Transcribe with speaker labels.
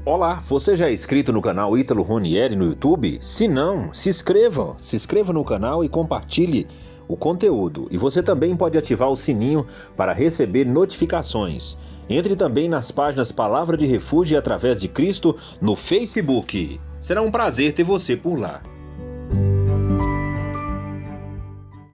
Speaker 1: Olá, você já é inscrito no canal Ítalo Ronieri no YouTube? Se não, se inscreva no canal e compartilhe o conteúdo. E você também pode ativar o sininho para receber notificações. Entre também nas páginas Palavra de Refúgio e Através de Cristo no Facebook. Será um prazer ter você por lá.